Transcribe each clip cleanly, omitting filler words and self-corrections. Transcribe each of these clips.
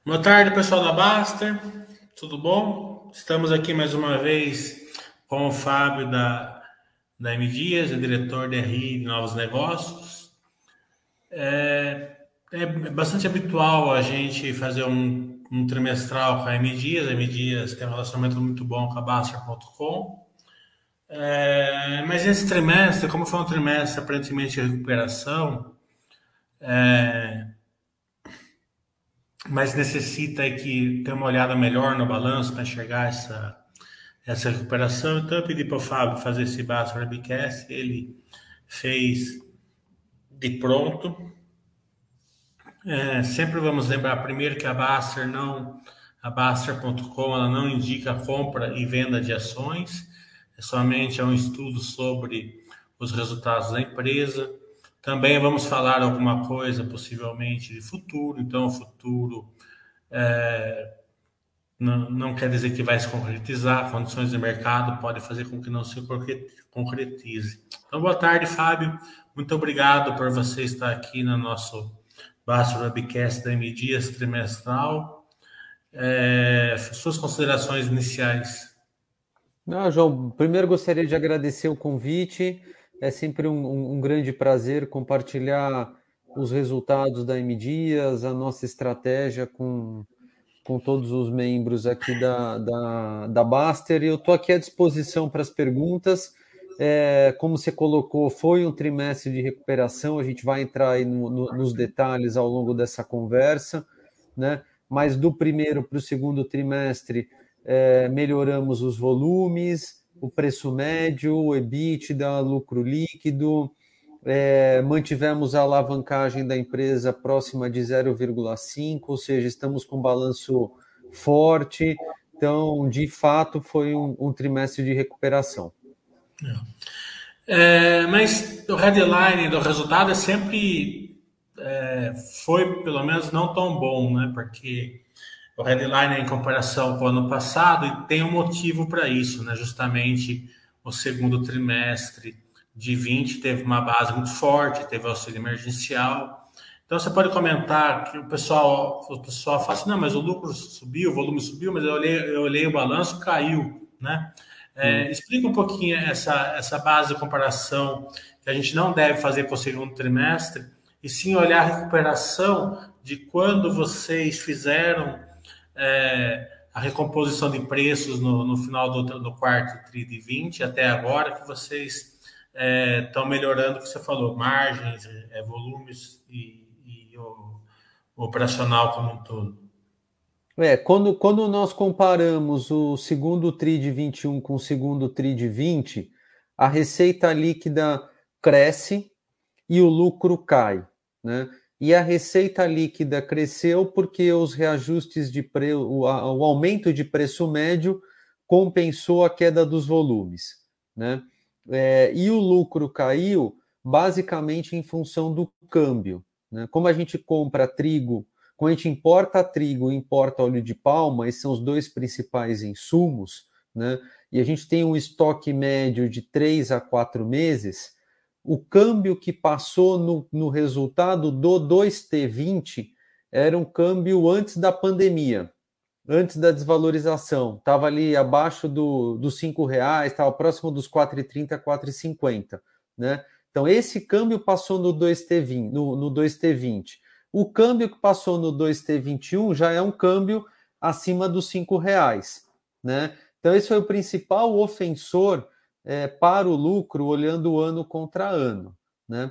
Boa tarde, pessoal da Baster. Tudo bom? Estamos aqui mais uma vez com o Fábio da M Dias, o diretor de RI de Novos Negócios. É bastante habitual a gente fazer um trimestral com a M Dias. A M Dias tem um relacionamento muito bom com a Baster.com. Mas esse trimestre, como foi um trimestre aparentemente de recuperação, mas necessita que ter uma olhada melhor no balanço para enxergar essa recuperação. Então eu pedi para o Fábio fazer esse Baster Webcast, ele fez de pronto. Sempre vamos lembrar primeiro que a Baster.com, ela não indica compra e venda de ações, somente é um estudo sobre os resultados da empresa. Também vamos falar alguma coisa possivelmente de futuro, então o futuro não quer dizer que vai se concretizar, condições de mercado podem fazer com que não se concretize. Então, boa tarde, Fábio. Muito obrigado por você estar aqui no nosso Basta Webcast da M Dias trimestral. Suas considerações iniciais. Não, João, primeiro gostaria de agradecer o convite. É sempre um grande prazer compartilhar os resultados da M Dias, a nossa estratégia com todos os membros aqui da Baster. E eu estou aqui à disposição para as perguntas. Como você colocou, foi um trimestre de recuperação. A gente vai entrar aí nos detalhes ao longo dessa conversa, né? Mas do primeiro para o segundo trimestre, melhoramos os volumes, o preço médio, o EBITDA, lucro líquido, mantivemos a alavancagem da empresa próxima de 0,5, ou seja, estamos com balanço forte. Então, de fato, foi um trimestre de recuperação. Mas o headline do resultado é sempre foi pelo menos não tão bom, né? Porque o headline é em comparação com o ano passado e tem um motivo para isso, né? Justamente o segundo trimestre de 20 teve uma base muito forte, teve auxílio emergencial. Então você pode comentar que o pessoal fala assim, não, mas o lucro subiu, o volume subiu, mas eu olhei o balanço, caiu, né? Hum. Explica um pouquinho essa base de comparação que a gente não deve fazer com o segundo trimestre, e sim olhar a recuperação de quando vocês fizeram a recomposição de preços no final do quarto TRI de 20 até agora, que vocês estão melhorando o que você falou, margens, volumes e o operacional como um todo. Quando nós comparamos o segundo TRI de 21 com o segundo TRI de 20, a receita líquida cresce e o lucro cai, né? E a receita líquida cresceu porque os reajustes o aumento de preço médio compensou a queda dos volumes, né? E o lucro caiu basicamente em função do câmbio, né? Como a gente compra trigo, como a gente importa trigo e importa óleo de palma, esses são os dois principais insumos, né? E a gente tem um estoque médio de 3 a 4 meses. O câmbio que passou no resultado do 2T20 era um câmbio antes da pandemia, antes da desvalorização. Estava ali abaixo dos R$ 5, estava próximo dos 4,30, 4,50, né? Então, esse câmbio passou no 2T20, no 2T20. O câmbio que passou no 2T21 já é um câmbio acima dos R$ 5, né? Então, esse foi o principal ofensor para o lucro, olhando ano contra ano, né?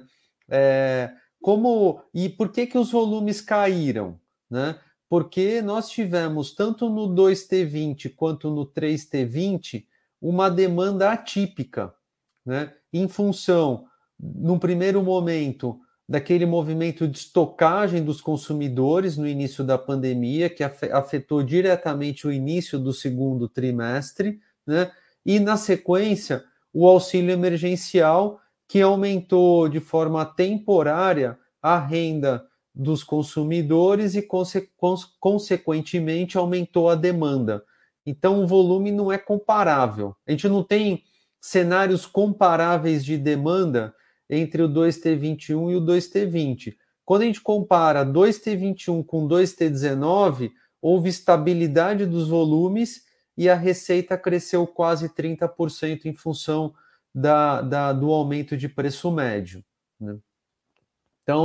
E por que os volumes caíram, né? Porque nós tivemos, tanto no 2T20 quanto no 3T20, uma demanda atípica, né? Em função, num primeiro momento, daquele movimento de estocagem dos consumidores no início da pandemia, que afetou diretamente o início do segundo trimestre, né? E, na sequência, o auxílio emergencial, que aumentou de forma temporária a renda dos consumidores e, consequentemente, aumentou a demanda. Então, o volume não é comparável. A gente não tem cenários comparáveis de demanda entre o 2T21 e o 2T20. Quando a gente compara 2T21 com 2T19, houve estabilidade dos volumes e a receita cresceu quase 30% em função do aumento de preço médio, né? Então,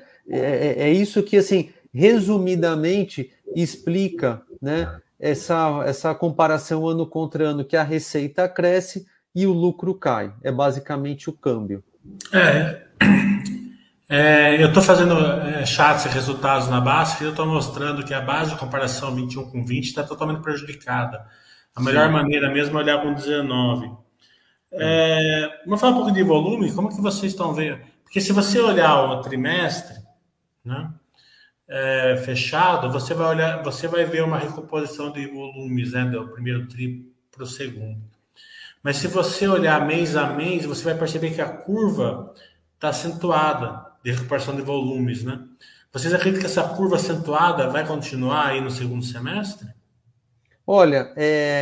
é isso que, assim, resumidamente, explica, né, essa comparação ano contra ano, que a receita cresce e o lucro cai. É basicamente o câmbio. É, eu estou fazendo charts e resultados na base e eu estou mostrando que a base de comparação 21 com 20 está totalmente prejudicada. A melhor Sim. maneira mesmo é olhar com 19. É. Vamos falar um pouco de volume, como que vocês estão vendo? Porque se você olhar o trimestre, né, fechado, você vai ver uma recomposição de volumes, né, do primeiro tri para o segundo. Mas se você olhar mês a mês, você vai perceber que a curva está acentuada de recuperação de volumes, né? Vocês acreditam que essa curva acentuada vai continuar aí no segundo semestre? Olha,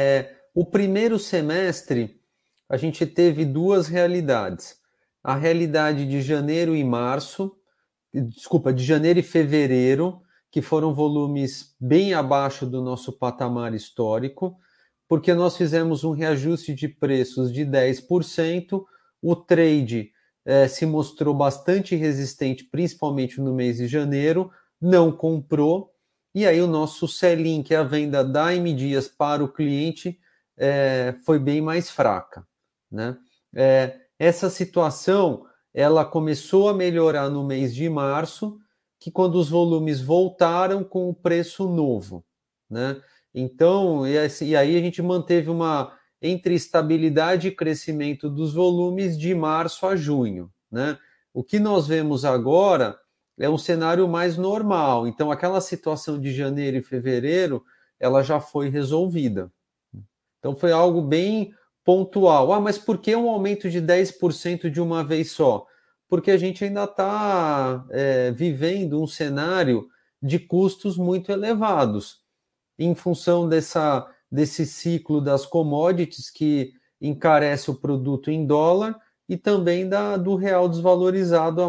o primeiro semestre a gente teve duas realidades. A realidade de janeiro e março, desculpa, de janeiro e fevereiro, que foram volumes bem abaixo do nosso patamar histórico, porque nós fizemos um reajuste de preços de 10%, o trade se mostrou bastante resistente, principalmente no mês de janeiro, não comprou, e aí o nosso sell-in, que é a venda da M Dias para o cliente, foi bem mais fraca, né? Essa situação ela começou a melhorar no mês de março, que quando os volumes voltaram com o preço novo, né? Então, e aí a gente manteve uma entre estabilidade e crescimento dos volumes de março a junho, né? O que nós vemos agora é um cenário mais normal. Então, aquela situação de janeiro e fevereiro, ela já foi resolvida. Então, foi algo bem pontual. Ah, mas por que um aumento de 10% de uma vez só? Porque a gente ainda está vivendo um cenário de custos muito elevados, em função desse ciclo das commodities que encarece o produto em dólar e também do real desvalorizado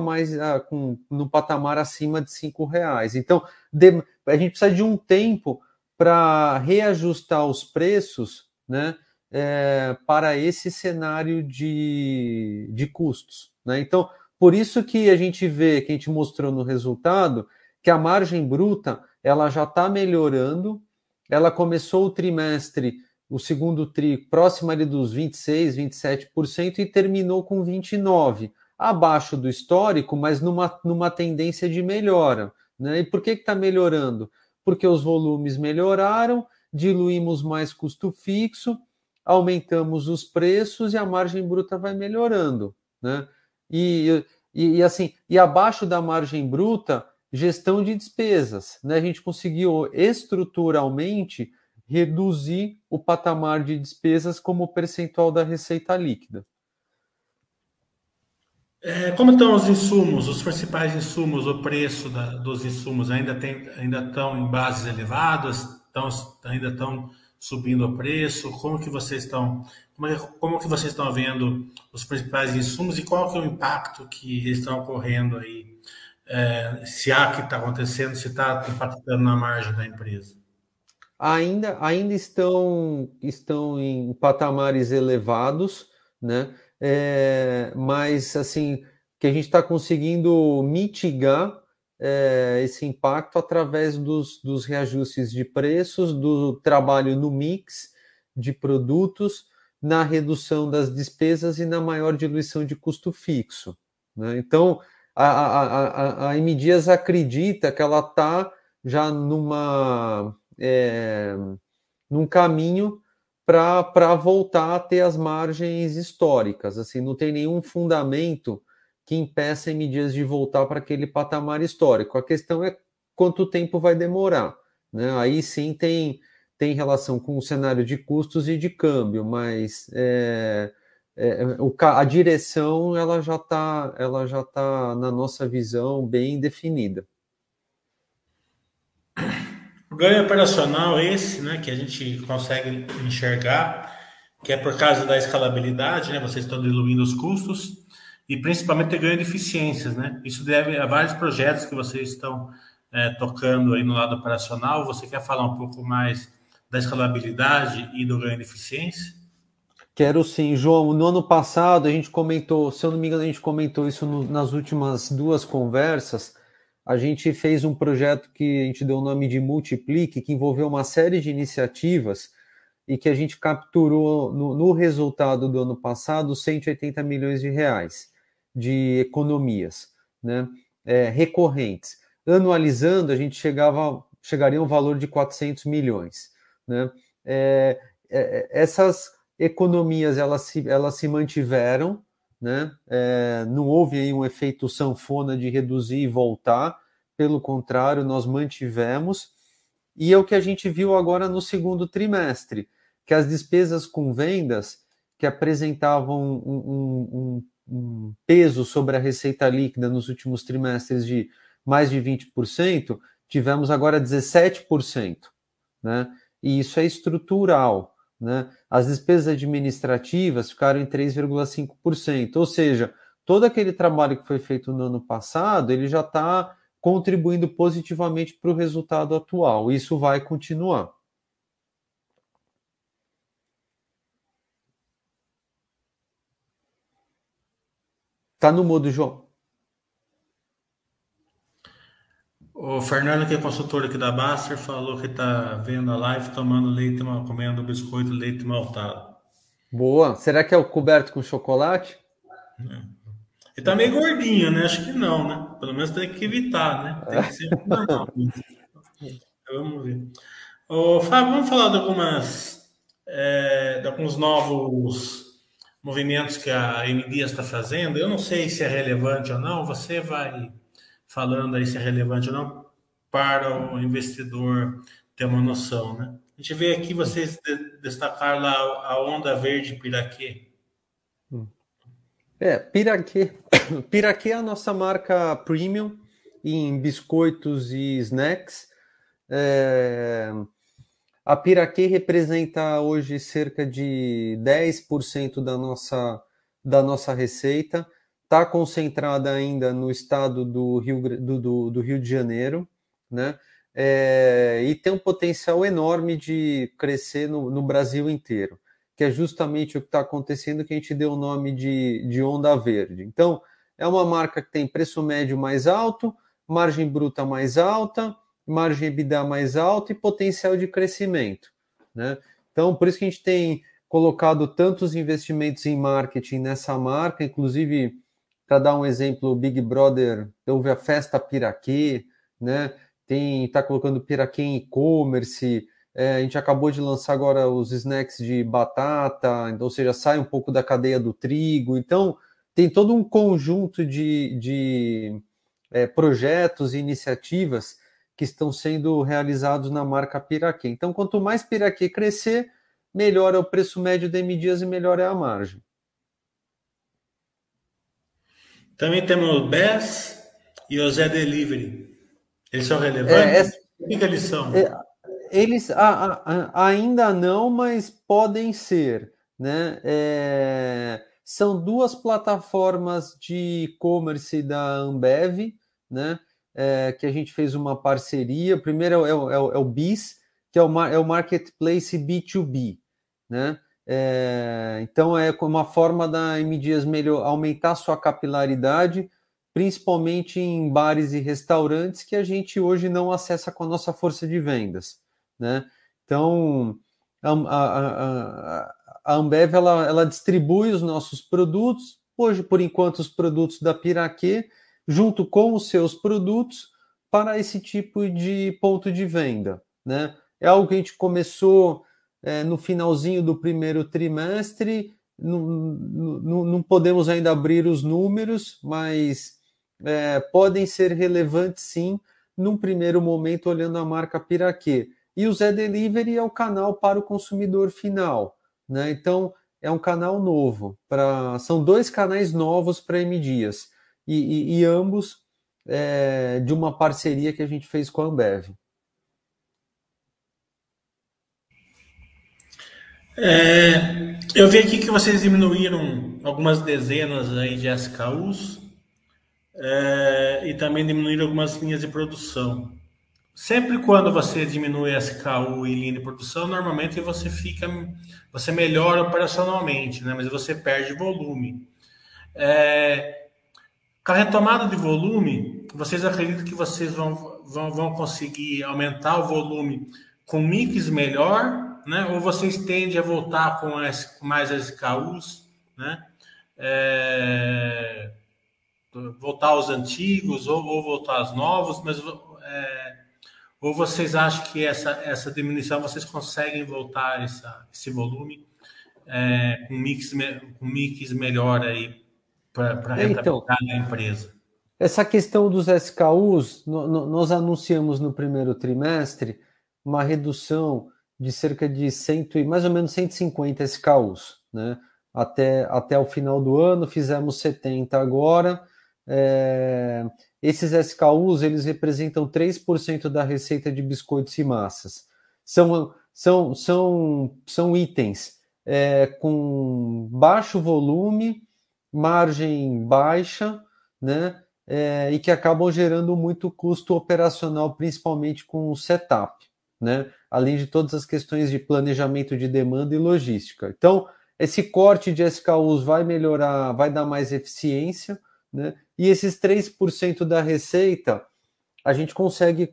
no patamar acima de R$ 5. Então, a gente precisa de um tempo para reajustar os preços, né, para esse cenário de custos, né? Então, por isso que a gente vê, que a gente mostrou no resultado, que a margem bruta ela já está melhorando. Ela começou o trimestre, o segundo tri, próximo ali dos 26, 27% e terminou com 29%, abaixo do histórico, mas numa tendência de melhora, né? E por que está melhorando? Porque os volumes melhoraram, diluímos mais custo fixo, aumentamos os preços e a margem bruta vai melhorando, né? Assim, e abaixo da margem bruta, gestão de despesas, né? A gente conseguiu estruturalmente reduzir o patamar de despesas como percentual da receita líquida. Como estão os insumos, os principais insumos, o preço dos insumos ainda estão em bases elevadas, ainda estão subindo o preço? Como que vocês estão vendo os principais insumos e qual que é o impacto que eles estão ocorrendo aí? Se há que está acontecendo, se está impactando na margem da empresa? Ainda estão em patamares elevados, né? Mas assim que a gente está conseguindo mitigar esse impacto através dos reajustes de preços, do trabalho no mix de produtos, na redução das despesas e na maior diluição de custo fixo, né? Então a M Dias acredita que ela está já num caminho para voltar a ter as margens históricas. Assim, não tem nenhum fundamento que impeça M Dias de voltar para aquele patamar histórico. A questão é quanto tempo vai demorar, né? Aí sim tem relação com o cenário de custos e de câmbio, mas a direção ela já tá na nossa visão bem definida. O ganho operacional é esse, né, que a gente consegue enxergar, que é por causa da escalabilidade, né, vocês estão diluindo os custos e principalmente ganho de eficiências, né? Isso deve a vários projetos que vocês estão tocando aí no lado operacional. Você quer falar um pouco mais da escalabilidade e do ganho de eficiência? Quero sim, João. No ano passado a gente comentou, se eu não me engano, a gente comentou isso nas últimas duas conversas. A gente fez um projeto que a gente deu o nome de Multiplique, que envolveu uma série de iniciativas e que a gente capturou no resultado do ano passado 180 milhões de reais de economias, né, recorrentes. Anualizando, a gente chegaria a um valor de 400 milhões. Né? Essas economias elas se mantiveram, né? Não houve aí um efeito sanfona de reduzir e voltar, pelo contrário, nós mantivemos, e é o que a gente viu agora no segundo trimestre, que as despesas com vendas, que apresentavam um peso sobre a receita líquida nos últimos trimestres de mais de 20%, tivemos agora 17%, né? E isso é estrutural, né? As despesas administrativas ficaram em 3,5%, ou seja, todo aquele trabalho que foi feito no ano passado, ele já está contribuindo positivamente para o resultado atual. Isso vai continuar. Tá no mudo, João. O Fernando, que é consultor aqui da Baster, falou que está vendo a live tomando leite, comendo biscoito leite maltado. Boa. Será que é o coberto com chocolate? Ele tá meio gordinho, né? Acho que não, né? Pelo menos tem que evitar, né? Tem que ser normal. Vamos ver. Ô, Fábio, vamos falar de alguns novos movimentos que a M Dias está fazendo. Eu não sei se é relevante ou não. Você vai falando aí se é relevante ou não para o investidor ter uma noção, né? A gente vê aqui vocês destacar lá a onda verde Piraquê. Piraquê. Piraquê é a nossa marca premium em biscoitos e snacks. É, A Piraquê representa hoje cerca de 10% da nossa receita. Está concentrada ainda no estado do Rio de Janeiro, né? E tem um potencial enorme de crescer no Brasil inteiro, que é justamente o que está acontecendo, que a gente deu o nome de Onda Verde. Então, é uma marca que tem preço médio mais alto, margem bruta mais alta, margem EBITDA mais alta e potencial de crescimento, né? Então, por isso que a gente tem colocado tantos investimentos em marketing nessa marca, inclusive, para dar um exemplo, o Big Brother, houve a festa Piraquê, né? Está colocando Piraquê em e-commerce, a gente acabou de lançar agora os snacks de batata, ou seja, sai um pouco da cadeia do trigo, então tem todo um conjunto de projetos e iniciativas que estão sendo realizados na marca Piraquê. Então, quanto mais Piraquê crescer, melhor é o preço médio da M Dias e melhor é a margem. Também temos o BES e o Zé Delivery. Eles são É, relevantes? O que eles é, são? eles ainda não, mas podem ser, né? São duas plataformas de e-commerce da Ambev, né? Que a gente fez uma parceria. O primeiro é o BIS, que é o Marketplace B2B, né? Então é uma forma da M Dias melhor aumentar sua capilaridade, principalmente em bares e restaurantes que a gente hoje não acessa com a nossa força de vendas, né? Então, a Ambev ela distribui os nossos produtos, hoje, por enquanto, os produtos da Piraquê, junto com os seus produtos, para esse tipo de ponto de venda, né? É algo que a gente começou no finalzinho do primeiro trimestre, não podemos ainda abrir os números, mas podem ser relevantes sim, num primeiro momento, olhando a marca Piraquê. E o Zé Delivery é o canal para o consumidor final, né? Então, é um canal novo. São dois canais novos para M Dias, e ambos de uma parceria que a gente fez com a Ambev. Eu vi aqui que vocês diminuíram algumas dezenas aí de SKUs. e também diminuir algumas linhas de produção. Sempre quando você diminui SKU e linha de produção, normalmente você melhora operacionalmente, né? Mas você perde volume. Com a retomada de volume, vocês acreditam que vocês vão conseguir aumentar o volume com mix melhor, né? Ou vocês tendem a voltar com mais SKUs, né? É, voltar aos antigos ou voltar aos novos, mas ou vocês acham que essa diminuição vocês conseguem voltar esse volume com mix melhor aí para a Então, rentabilidade da empresa? essa questão dos SKUs, nós anunciamos no primeiro trimestre uma redução de cerca de 100, mais ou menos 150 SKUs, né? Até o final do ano, fizemos 70 agora. É, esses SKUs, eles representam 3% da receita de biscoitos e massas. São itens com baixo volume, margem baixa, né? E que acabam gerando muito custo operacional, principalmente com o setup, né? Além de todas as questões de planejamento de demanda e logística. Então, esse corte de SKUs vai melhorar, vai dar mais eficiência, né? E esses 3% da receita a gente consegue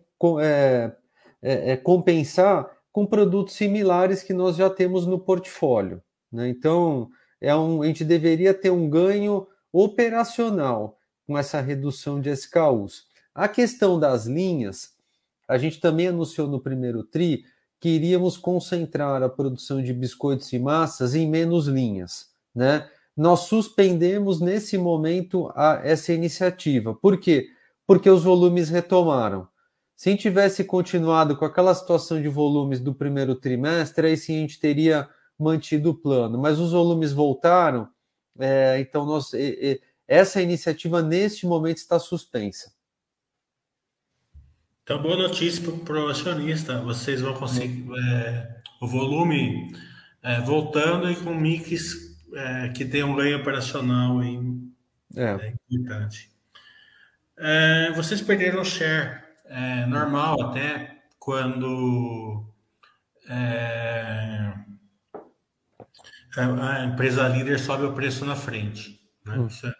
compensar com produtos similares que nós já temos no portfólio, né? Então, a gente deveria ter um ganho operacional com essa redução de SKUs. A questão das linhas, a gente também anunciou no primeiro TRI que iríamos concentrar a produção de biscoitos e massas em menos linhas, né? Nós suspendemos nesse momento essa iniciativa. Por quê? Porque os volumes retomaram. Se a gente tivesse continuado com aquela situação de volumes do primeiro trimestre, aí sim a gente teria mantido o plano. Mas os volumes voltaram, então essa iniciativa neste momento está suspensa. Então, boa notícia para o acionista. Vocês vão conseguir o volume voltando e com mix que tem um ganho operacional aí, É. importante. Vocês perderam share normal até quando a empresa líder sobe o preço na frente. Né?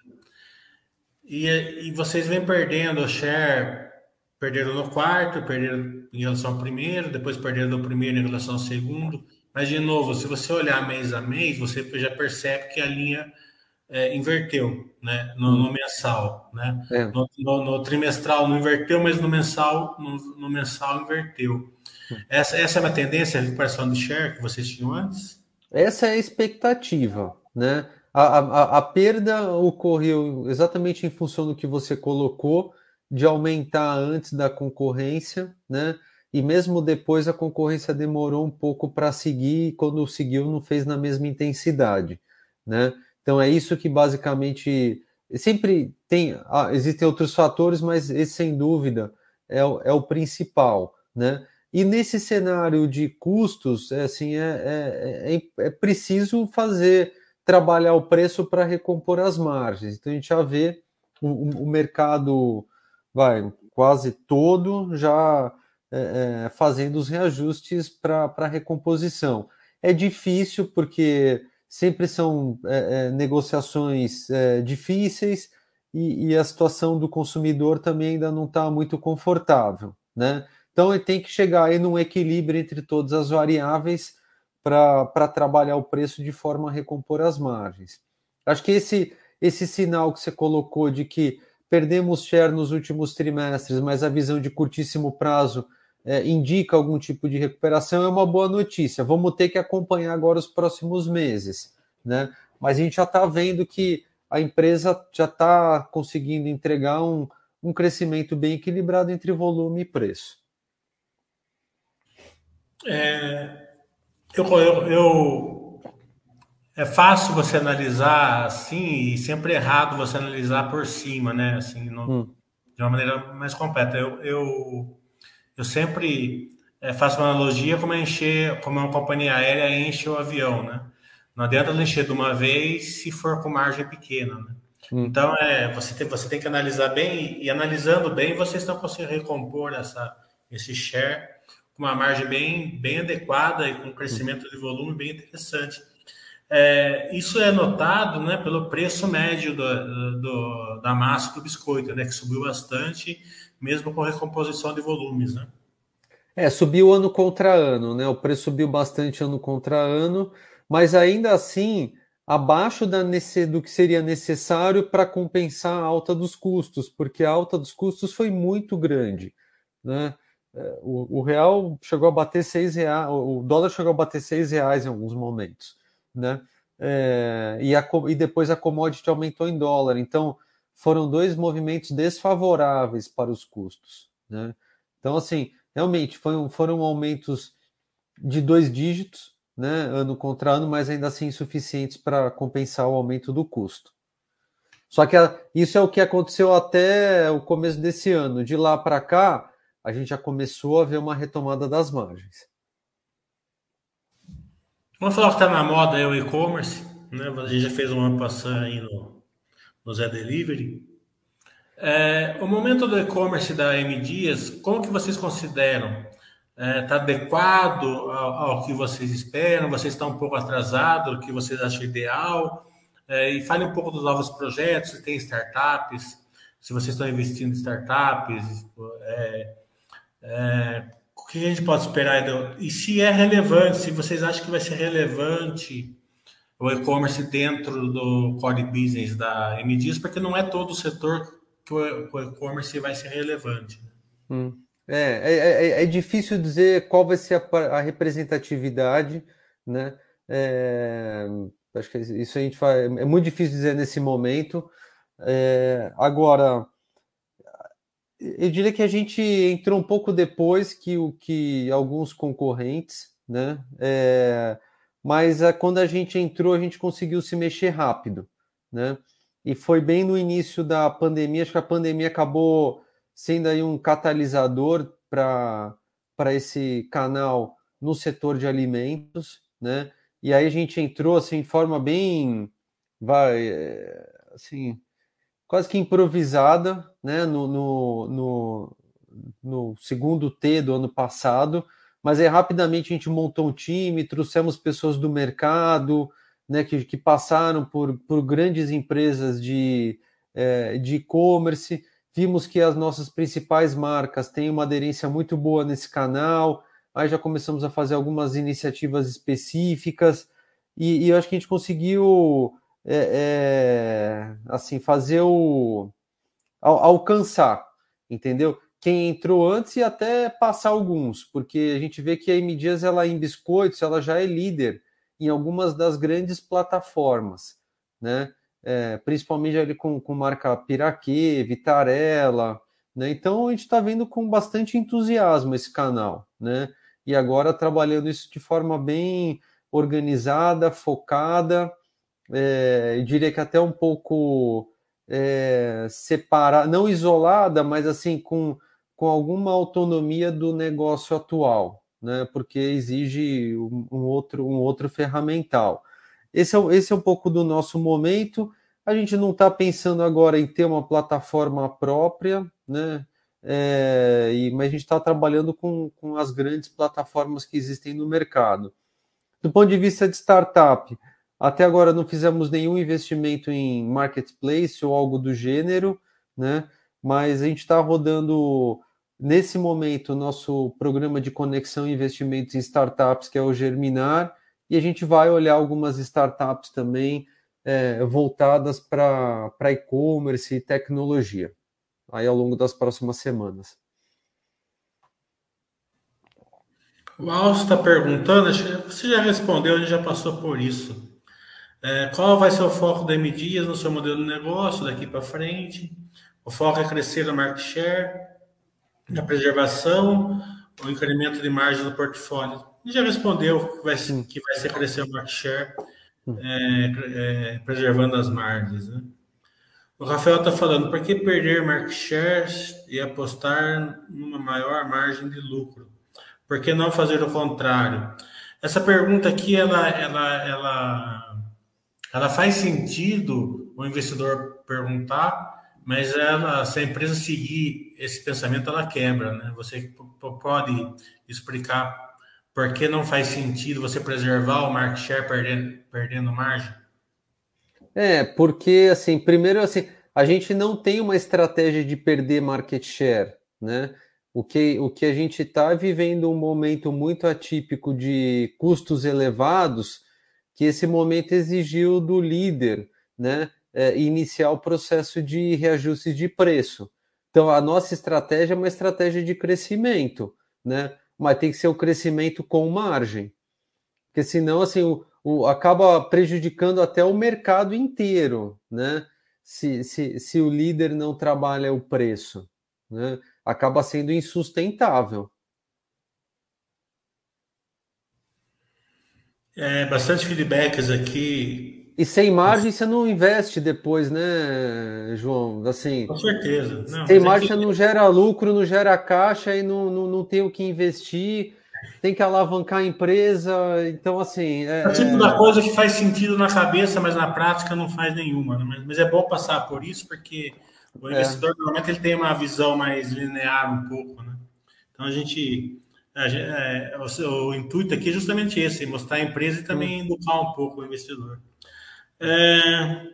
E vocês vêm perdendo o share, perderam no quarto, perderam em relação ao primeiro, depois perderam do primeiro em relação ao segundo. Mas, de novo, se você olhar mês a mês, você já percebe que a linha inverteu, né? No mensal, né? É. No trimestral não inverteu, mas no mensal inverteu. Essa é uma tendência, a recuperação de share que vocês tinham antes? Essa é a expectativa, né? A perda ocorreu exatamente em função do que você colocou, de aumentar antes da concorrência, né? E mesmo depois a concorrência demorou um pouco para seguir, e quando seguiu não fez na mesma intensidade, né? Então é isso que basicamente sempre tem, existem outros fatores, mas esse sem dúvida é o principal, né? E nesse cenário de custos, é preciso trabalhar o preço para recompor as margens. Então a gente já vê o mercado quase todo já fazendo os reajustes para recomposição. É difícil porque sempre são negociações difíceis e a situação do consumidor também ainda não está muito confortável, né? Então ele tem que chegar aí num equilíbrio entre todas as variáveis para trabalhar o preço de forma a recompor as margens. Acho que esse sinal que você colocou de que perdemos share nos últimos trimestres, mas a visão de curtíssimo prazo indica algum tipo de recuperação, é uma boa notícia. Vamos ter que acompanhar agora os próximos meses, né? Mas a gente já está vendo que a empresa já está conseguindo entregar um crescimento bem equilibrado entre volume e preço. É fácil você analisar assim e sempre é errado você analisar por cima, né? Assim, de uma maneira mais completa. Eu sempre faço uma analogia como uma companhia aérea enche o avião, né? Não adianta ela encher de uma vez se for com margem pequena, né? Hum. Então, você tem que analisar bem, e analisando bem, vocês estão conseguindo recompor esse share com uma margem bem adequada e com um Hum. crescimento de volume bem interessante. Isso é notado, né, pelo preço médio da massa do biscoito, né, que subiu bastante, mesmo com recomposição de volumes, né? Subiu ano contra ano, né? O preço subiu bastante ano contra ano, mas ainda assim abaixo do que seria necessário para compensar a alta dos custos, porque a alta dos custos foi muito grande, né? O real chegou a bater R$ 6, o dólar chegou a bater R$ 6 em alguns momentos, né? E depois a commodity aumentou em dólar, então foram dois movimentos desfavoráveis para os custos, né? Então, assim, realmente foram aumentos de 2 dígitos, né, ano contra ano, mas ainda assim insuficientes para compensar o aumento do custo. Só que isso é o que aconteceu até o começo desse ano. De lá para cá, a gente já começou a ver uma retomada das margens. Vamos falar que está na moda é o e-commerce, né? A gente já fez uma passagem aí no Zé Delivery. O momento do e-commerce da M Dias, como que vocês consideram? Está adequado ao que vocês esperam? Vocês estão um pouco atrasados, o que vocês acham ideal? E fale um pouco dos novos projetos, se tem startups, se vocês estão investindo em startups, o que a gente pode esperar? E se é relevante, se vocês acham que vai ser relevante o e-commerce dentro do core business da M Dias, porque não é todo o setor que o e-commerce vai ser relevante. Hum. É difícil dizer qual vai ser a representatividade, né? É, acho que isso a gente faz, é muito difícil dizer nesse momento. Agora, eu diria que a gente entrou um pouco depois que alguns concorrentes, né? Mas quando a gente entrou, a gente conseguiu se mexer rápido, né? E foi bem no início da pandemia, acho que a pandemia acabou sendo aí um catalisador para esse canal no setor de alimentos, né? E aí a gente entrou assim de forma bem, assim, quase que improvisada, né, no segundo T do ano passado, mas aí rapidamente a gente montou um time, trouxemos pessoas do mercado, né, que passaram por grandes empresas de e-commerce, vimos que as nossas principais marcas têm uma aderência muito boa nesse canal, aí já começamos a fazer algumas iniciativas específicas, e eu acho que a gente conseguiu assim, fazer alcançar, entendeu? Quem entrou antes e até passar alguns, porque a gente vê que a M Dias, ela em biscoitos, ela já é líder em algumas das grandes plataformas, né? Principalmente ali com marca Piraquê, Vitarella, né? Então a gente está vendo com bastante entusiasmo esse canal, né? E agora trabalhando isso de forma bem organizada, focada, eu diria que até um pouco separada, não isolada, mas assim com alguma autonomia do negócio atual, né? Porque exige um outro ferramental. Esse é um pouco do nosso momento. A gente não está pensando agora em ter uma plataforma própria, né? Mas a gente está trabalhando com as grandes plataformas que existem no mercado. Do ponto de vista de startup, até agora não fizemos nenhum investimento em marketplace ou algo do gênero, né? Mas a gente está rodando, nesse momento, o nosso programa de conexão e investimentos em startups, que é o Germinar, e a gente vai olhar algumas startups também voltadas para e-commerce e tecnologia, aí ao longo das próximas semanas. O Alcio está perguntando, acho que você já respondeu, a gente já passou por isso. Qual vai ser o foco da M Dias no seu modelo de negócio daqui para frente? O foco é crescer no market share, na preservação, o incremento de margem do portfólio. A gente já respondeu Hum, que vai ser crescer o market share, hum. preservando as margens, né? O Rafael está falando, por que perder market share e apostar numa maior margem de lucro? Por que não fazer o contrário? Essa pergunta aqui, ela faz sentido o investidor perguntar, mas se a empresa seguir esse pensamento, ela quebra, né? Você pode explicar por que não faz sentido você preservar o market share perdendo margem? Porque, assim, primeiro, assim, a gente não tem uma estratégia de perder market share, né? O que a gente está vivendo um momento muito atípico de custos elevados, que esse momento exigiu do líder, né, iniciar o processo de reajuste de preço. Então, a nossa estratégia é uma estratégia de crescimento, né? Mas tem que ser o crescimento com margem. Porque senão, assim, acaba prejudicando até o mercado inteiro, né? Se o líder não trabalha o preço, né? Acaba sendo insustentável. Bastante feedbacks aqui. E sem margem você não investe depois, né, João? Assim, Com certeza. Não, sem mas é que margem você não gera lucro, não gera caixa e não tem o que investir, tem que alavancar a empresa. Então, assim, é o tipo da coisa que faz sentido na cabeça, mas na prática não faz nenhuma, né? Mas é bom passar por isso, porque o é, investidor normalmente ele tem uma visão mais linear um pouco, né? Então o intuito aqui é justamente esse, mostrar a empresa e hum. também educar um pouco o investidor. É,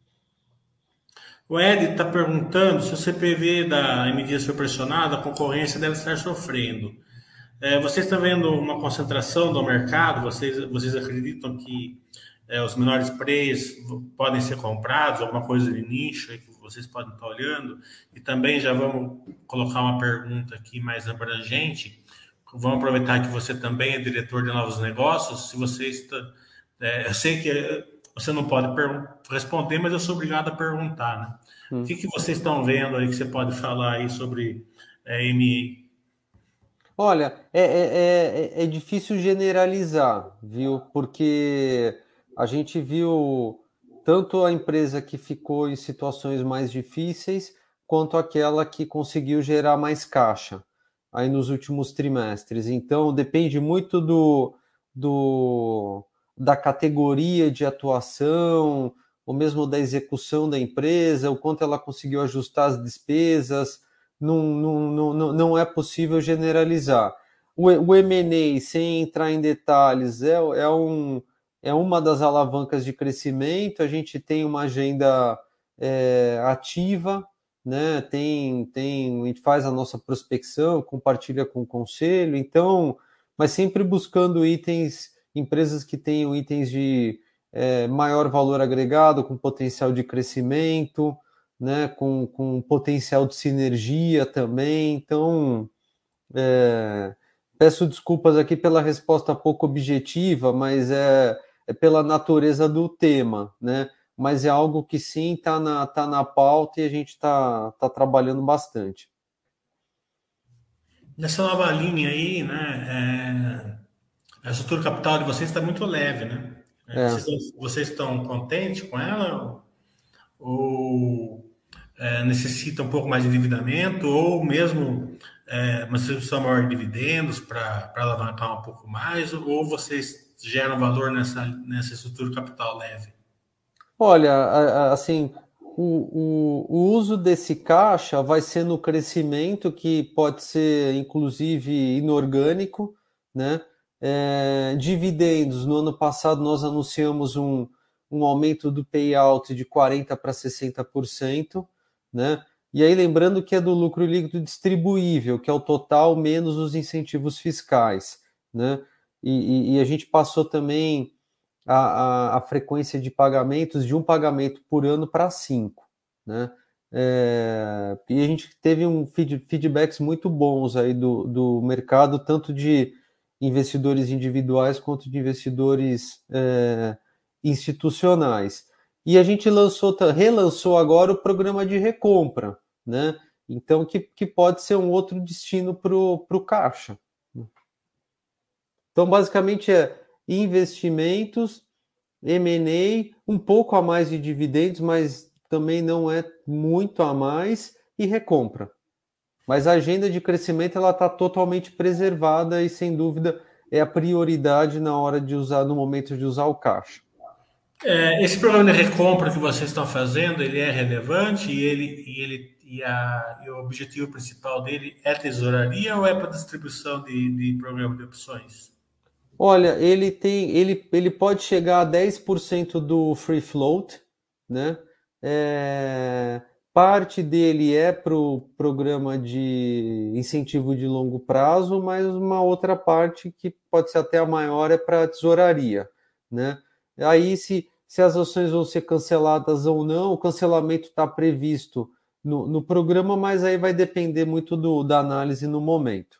o Ed está perguntando se o CPV da medida superpressionada, a concorrência deve estar sofrendo. Vocês estão vendo uma concentração do mercado? Vocês acreditam que os menores preços podem ser comprados, alguma coisa de nicho aí que vocês podem estar olhando? E também já vamos colocar uma pergunta aqui mais abrangente. Vamos aproveitar que você também é diretor de novos negócios. Se você está, eu sei que você não pode responder, mas eu sou obrigado a perguntar, né? O Hum. que vocês estão vendo aí que você pode falar aí sobre MI? Olha, é difícil generalizar, viu? Porque a gente viu tanto a empresa que ficou em situações mais difíceis, quanto aquela que conseguiu gerar mais caixa aí nos últimos trimestres. Então, depende muito do, da categoria de atuação, ou mesmo da execução da empresa, o quanto ela conseguiu ajustar as despesas. Não é possível generalizar. O M&A, sem entrar em detalhes, é uma das alavancas de crescimento. A gente tem uma agenda ativa, né? A gente faz a nossa prospecção, compartilha com o conselho, então, mas sempre buscando empresas que tenham itens de maior valor agregado, com potencial de crescimento, né, com potencial de sinergia também. Então, peço desculpas aqui pela resposta pouco objetiva, mas é pela natureza do tema, né? Mas é algo que sim tá na pauta e a gente tá trabalhando bastante. Nessa nova linha aí, né? A estrutura capital de vocês está muito leve, né? É. Vocês estão contentes com ela? Ou necessita um pouco mais de endividamento? Ou mesmo uma distribuição maior de dividendos para alavancar um pouco mais? Ou vocês geram valor nessa estrutura capital leve? Olha, assim, o uso desse caixa vai ser no crescimento, que pode ser inclusive inorgânico, né? Dividendos, no ano passado nós anunciamos um aumento do payout de 40% para 60%, né? E aí lembrando que é do lucro líquido distribuível, que é o total menos os incentivos fiscais, né? E a gente passou também a frequência de pagamentos de um pagamento por ano para cinco, né? E a gente teve feedbacks muito bons aí do mercado, tanto de investidores individuais quanto de investidores institucionais. E a gente relançou agora o programa de recompra, né? Então, que pode ser um outro destino para o caixa. Então, basicamente é investimentos, M&A, um pouco a mais de dividendos, mas também não é muito a mais, e recompra. Mas a agenda de crescimento ela está totalmente preservada e sem dúvida é a prioridade na hora de usar, no momento de usar o caixa. Esse programa de recompra que vocês estão fazendo, ele é relevante e o objetivo principal dele é tesouraria ou é para distribuição de programa de opções? Olha, ele pode chegar a 10% do free float, né? É, parte dele é para o programa de incentivo de longo prazo, mas uma outra parte, que pode ser até a maior, é para a tesouraria, né? Aí, se as ações vão ser canceladas ou não, o cancelamento está previsto no programa, mas aí vai depender muito da análise no momento.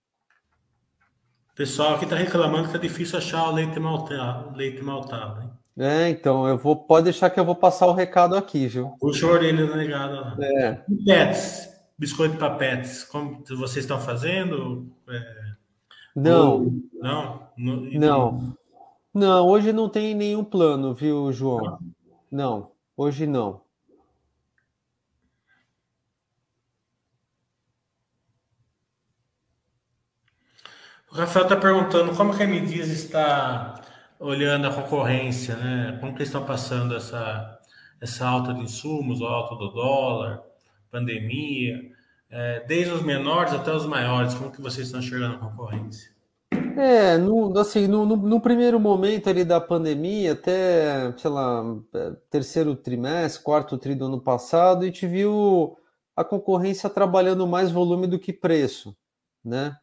O pessoal aqui está reclamando que é difícil achar o leite maltado, hein? Então, pode deixar que eu vou passar o recado aqui, viu? Puxa a orelha da negada lá. É, E Pets, biscoito para pets, como vocês estão fazendo? Ou não, não? não, não, hoje não tem nenhum plano, viu, João? Não, hoje não. O Rafael está perguntando como que a M Dias está olhando a concorrência, né? Como que eles estão passando essa alta de insumos, a alta do dólar, pandemia, desde os menores até os maiores, como que vocês estão enxergando a concorrência? Assim, no primeiro momento ali da pandemia, até, sei lá, terceiro trimestre, quarto tri do ano passado, a gente viu a concorrência trabalhando mais volume do que preço, né?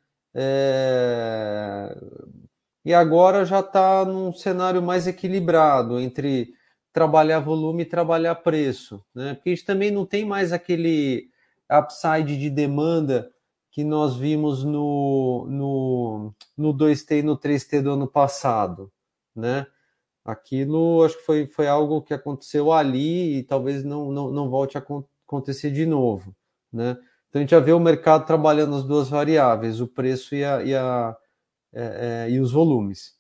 É, E agora já está num cenário mais equilibrado entre trabalhar volume e trabalhar preço, né? Porque a gente também não tem mais aquele upside de demanda que nós vimos no 2T e no 3T do ano passado, né? Aquilo acho que foi algo que aconteceu ali e talvez não volte a acontecer de novo, né? Então a gente já vê o mercado trabalhando as duas variáveis, o preço e os volumes.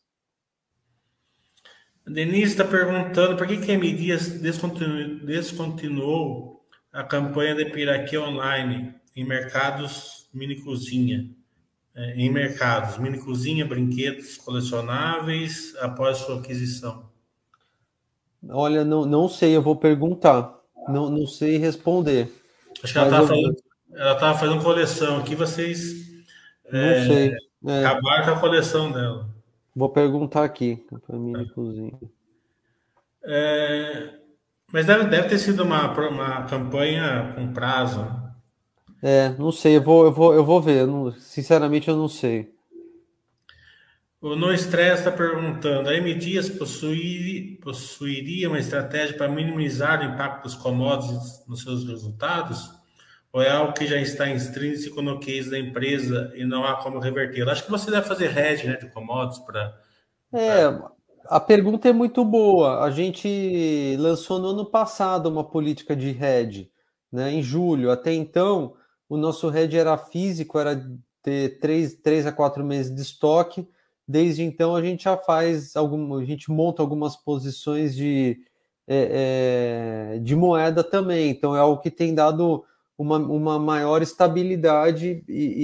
A Denise está perguntando por que a M Dias descontinuou a campanha de Piraquê online em mercados mini cozinha. Em mercados, mini cozinha, brinquedos colecionáveis após sua aquisição. Olha, não sei, eu vou perguntar. Não sei responder, Acho que mas eu ela tava fazendo coleção aqui, vocês não sei. acabaram com a coleção dela. Vou perguntar aqui. Campanha Mini Cozinha. Mas deve ter sido uma campanha com prazo, né? Não sei, eu vou ver. Sinceramente, eu não sei. O No Stress está perguntando: a M Dias possuiria uma estratégia para minimizar o impacto dos commodities nos seus resultados? Ou é algo que já está intrínseco no case da empresa e não há como reverter? Acho que você deve fazer hedge, né, de commodities para. É, a pergunta é muito boa. A gente lançou no ano passado uma política de hedge, né, em julho. Até então, o nosso hedge era físico, era ter 3 a 4 meses de estoque. Desde então, a gente já a gente monta algumas posições de moeda também. Então, é algo que tem dado uma maior estabilidade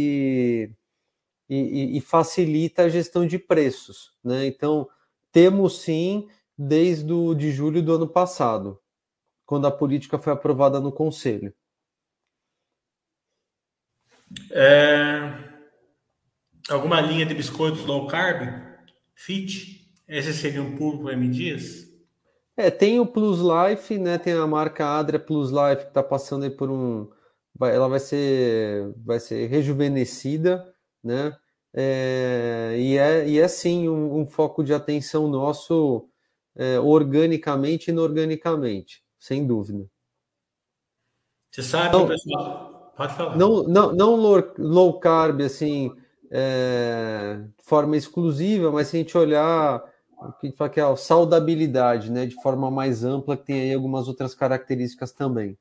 e facilita a gestão de preços, né? Então, temos sim desde de julho do ano passado, quando a política foi aprovada no Conselho. Alguma linha de biscoitos low carb? Fit? Esse seria um público M Dias? Tem o Plus Life, né? Tem a marca Adria Plus Life que está passando aí por ela vai ser rejuvenescida, né? E é sim um foco de atenção nosso, organicamente e inorganicamente, sem dúvida. Você sabe que o Então, pessoal. Pode falar. não low carb, assim, de forma exclusiva, mas se a gente olhar o que a gente fala que é a saudabilidade, né, de forma mais ampla, que tem aí algumas outras características também.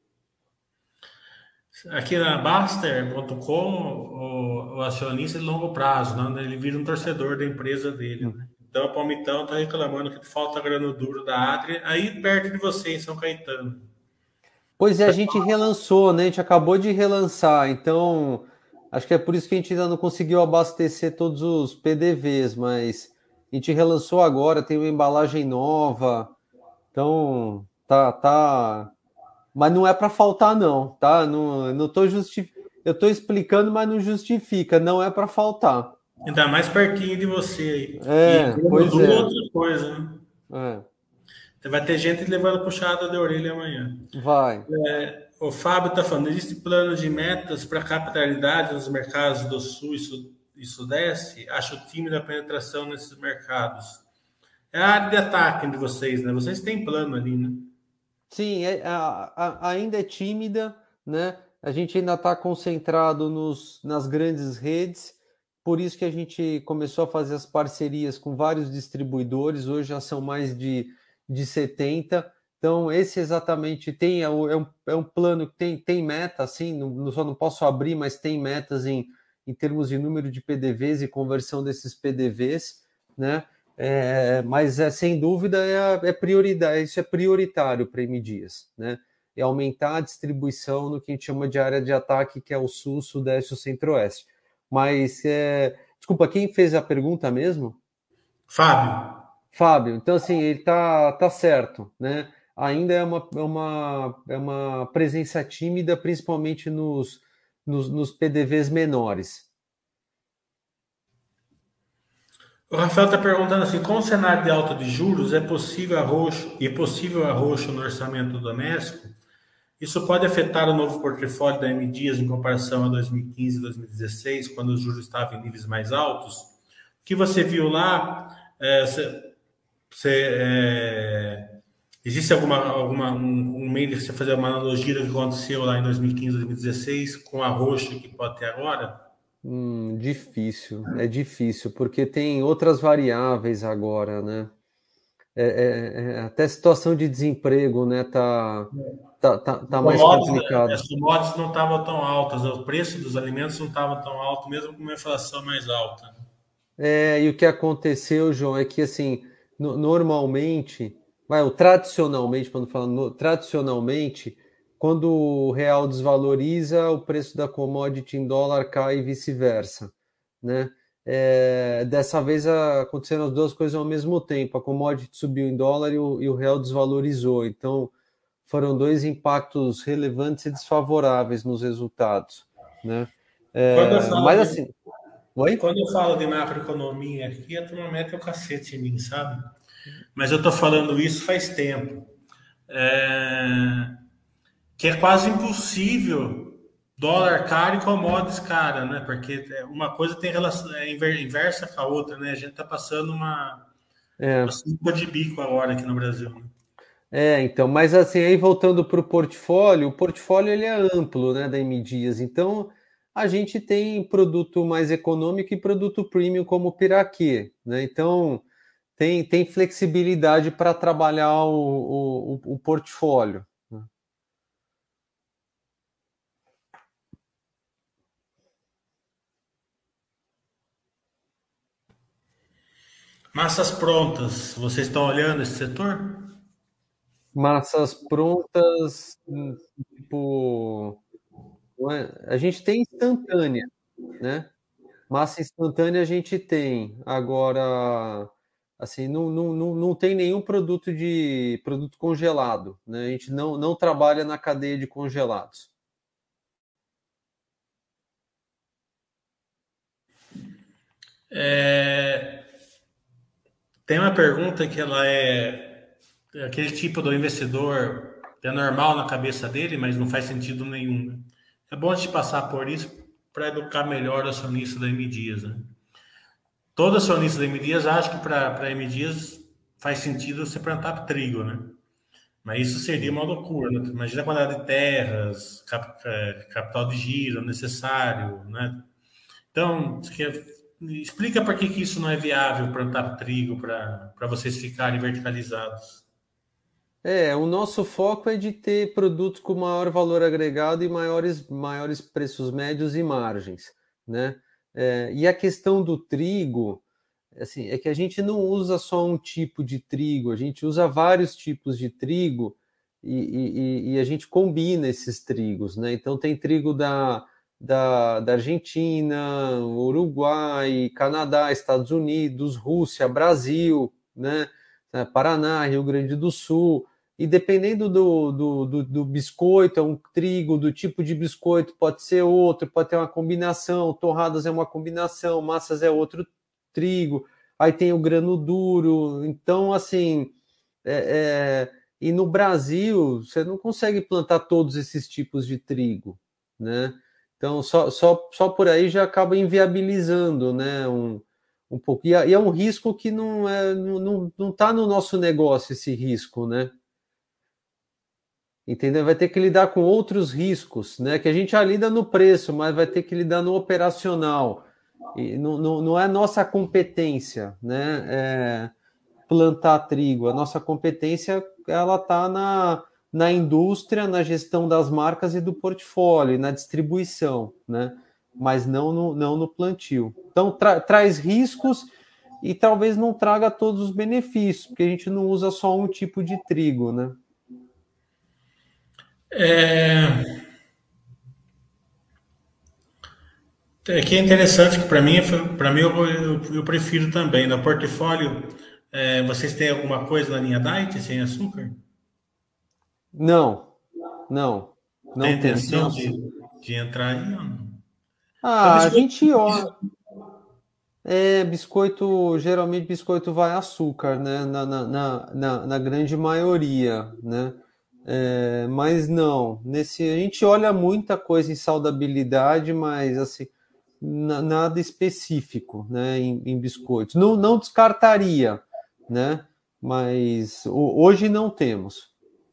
Aqui na Baster.com, o acionista é de longo prazo, né? Ele vira um torcedor da empresa dele, Hum. né? Então a Palmitão está reclamando que falta grano duro da Adria, aí perto de você, em São Caetano. Pois é, a gente relançou, né, a gente acabou de relançar, então acho que é por isso que a gente ainda não conseguiu abastecer todos os PDVs, mas A gente relançou agora, tem uma embalagem nova, então tá. Mas não é para faltar, não, tá? Não tô Eu tô explicando, mas não justifica, não é para faltar. Ainda mais pertinho de você aí. E É, pois Granodul é é. outra coisa, né? É, Você vai ter gente levando puxada de orelha amanhã. vai. O Fábio está falando, existe plano de metas para capitalidade nos mercados do Sul e Sudeste? Acho tímida a penetração nesses mercados. É a área de ataque de vocês, né? Vocês têm plano ali, né? Sim, ainda é tímida, né? A gente ainda está concentrado nas grandes redes, por isso que a gente começou a fazer as parcerias com vários distribuidores, hoje já são mais de 70. Então, esse exatamente é um plano que tem meta, assim, só não posso abrir, mas tem metas em termos de número de PDVs e conversão desses PDVs, né? Mas sem dúvida é prioridade, isso é prioritário para M Dias, né? É aumentar a distribuição no que a gente chama de área de ataque, que é o Sul, Sudeste e o Centro-Oeste. Mas desculpa, quem fez a pergunta mesmo? Fábio, Fábio. Então assim, ele tá certo, né? Ainda é uma presença tímida, principalmente nos PDVs menores. o Rafael está perguntando assim, com o cenário de alta de juros, é possível arroxo no orçamento doméstico? Isso pode afetar o novo portfólio da M Dias em comparação a 2015 e 2016, quando os juros estavam em níveis mais altos? O que você viu lá, existe um meio de você fazer uma analogia do que aconteceu lá em 2015, 2016 com a roxa que pode ter agora? Difícil, é difícil, porque tem outras variáveis agora, né? Até a situação de desemprego, né, tá mais As complicada. commodities não estavam tão altas, o preço dos alimentos não estava tão alto, mesmo com uma inflação mais alta. E o que aconteceu, João, é que assim, normalmente, ou tradicionalmente, quando falando tradicionalmente, quando o real desvaloriza, o preço da commodity em dólar cai e vice-versa, né? Dessa vez aconteceram as duas coisas ao mesmo tempo. A commodity subiu em dólar e o real desvalorizou. Então, foram dois impactos relevantes e desfavoráveis nos resultados, né? Quando eu falo Mas de, assim, oi? quando eu falo de macroeconomia aqui, a turma mete o cacete em mim, sabe? Mas eu tô falando isso faz tempo. É, que é quase impossível dólar caro e commodities cara, né? Porque uma coisa tem relação inversa com a outra, né? A gente tá passando uma É, sinuca de bico agora aqui no Brasil, né? então, mas assim, aí voltando para o portfólio ele é amplo, né, da M Dias, então a gente tem produto mais econômico e produto premium como o Piraquê, né, então tem flexibilidade para trabalhar o portfólio. Né? Massas prontas, vocês estão olhando esse setor? Massas prontas, tipo, a gente tem instantânea, né? Massa instantânea a gente tem. Agora, assim, não tem nenhum produto congelado, né? A gente não trabalha na cadeia de congelados. É, tem uma pergunta que ela é aquele tipo do investidor é normal na cabeça dele, mas não faz sentido nenhum. Né? É bom a gente passar por isso para educar melhor o acionista da M Dias. Né? Todo acionista da M Dias acha que para a M Dias faz sentido você plantar trigo, né? Mas isso seria uma loucura. Né? Imagina a quantidade de terras, capital de giro necessário, né? Então, explica por que isso não é viável plantar trigo para vocês ficarem verticalizados. O nosso foco é de ter produtos com maior valor agregado e maiores preços médios e margens, né? E a questão do trigo, assim, é que a gente não usa só um tipo de trigo, a gente usa vários tipos de trigo e a gente combina esses trigos, né? Então tem trigo da Argentina, Uruguai, Canadá, Estados Unidos, Rússia, Brasil, né? Paraná, Rio Grande do Sul. E dependendo do biscoito, é um trigo, do tipo de biscoito, pode ser outro, pode ter uma combinação, torradas é uma combinação, massas é outro trigo, aí tem o grano duro. Então, assim, e no Brasil, você não consegue plantar todos esses tipos de trigo, né? Então, só por aí já acaba inviabilizando, né? Um pouco. E é um risco que não tá no nosso negócio, esse risco, né? Entendeu? Vai ter que lidar com outros riscos, né? Que a gente já lida no preço, mas vai ter que lidar no operacional. E não é nossa competência, né? Plantar trigo. A nossa competência ela está na indústria, na gestão das marcas e do portfólio, na distribuição, né? Mas não no plantio. Então traz riscos e talvez não traga todos os benefícios, porque a gente não usa só um tipo de trigo, né? É, que é interessante que para mim eu prefiro também. No portfólio, vocês têm alguma coisa na linha Diet sem açúcar? Não, não, Tem não tem. intenção de entrar aí ou não? Então, Ah, a biscoito. gente ó, biscoito, geralmente biscoito vai açúcar, né? Na grande maioria, né? Mas não, a gente olha muita coisa em saudabilidade, mas assim, nada específico, né? Em biscoitos. Não descartaria, né? Mas hoje não temos.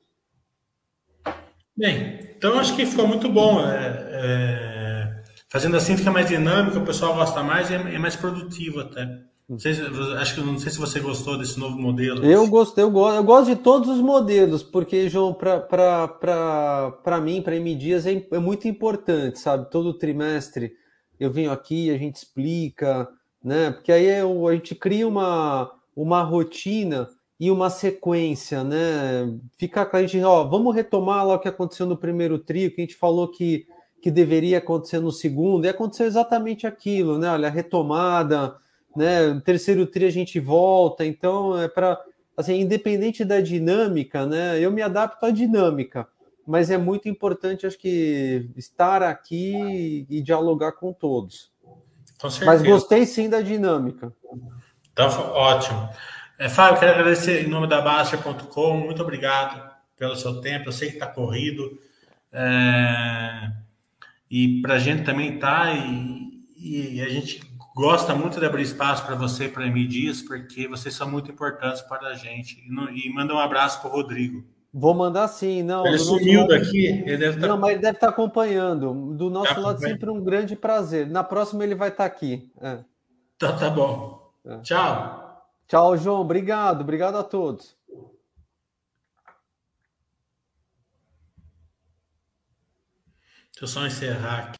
Bem, então acho que ficou muito bom. Fazendo assim fica mais dinâmico, o pessoal gosta mais e é mais produtivo até. Não sei se você gostou desse novo modelo. Eu gosto de todos os modelos, porque, João, para mim, para M Dias, é muito importante, sabe? Todo trimestre eu venho aqui, a gente explica, né? Porque aí a gente cria uma rotina e uma sequência, né? Fica com a gente, ó, vamos retomar lá o que aconteceu no primeiro trio, que a gente falou que deveria acontecer no segundo, e aconteceu exatamente aquilo, né? Olha, a retomada, né? No terceiro tri a gente volta, então é para assim, independente da dinâmica, né? Eu me adapto à dinâmica, mas é muito importante, acho que estar aqui e dialogar com todos. Com Mas certeza. gostei sim da dinâmica. Então, ótimo. Fábio, quero agradecer em nome da Baster.com. Muito obrigado pelo seu tempo. Eu sei que está corrido. É, e para a gente também tá. E a gente gosta muito de abrir espaço para você e para a M Dias, porque vocês são muito importantes para a gente. E manda um abraço para o Rodrigo. Vou mandar sim, não, Ele do nosso sumiu lado. daqui, ele deve Não, estar. mas ele deve estar acompanhando. Do Tá nosso lado, acompanhando. sempre um grande prazer. Na próxima ele vai estar aqui. Então tá bom. É. Tchau. Tchau, João. Obrigado. Obrigado a todos. Deixa eu só encerrar aqui.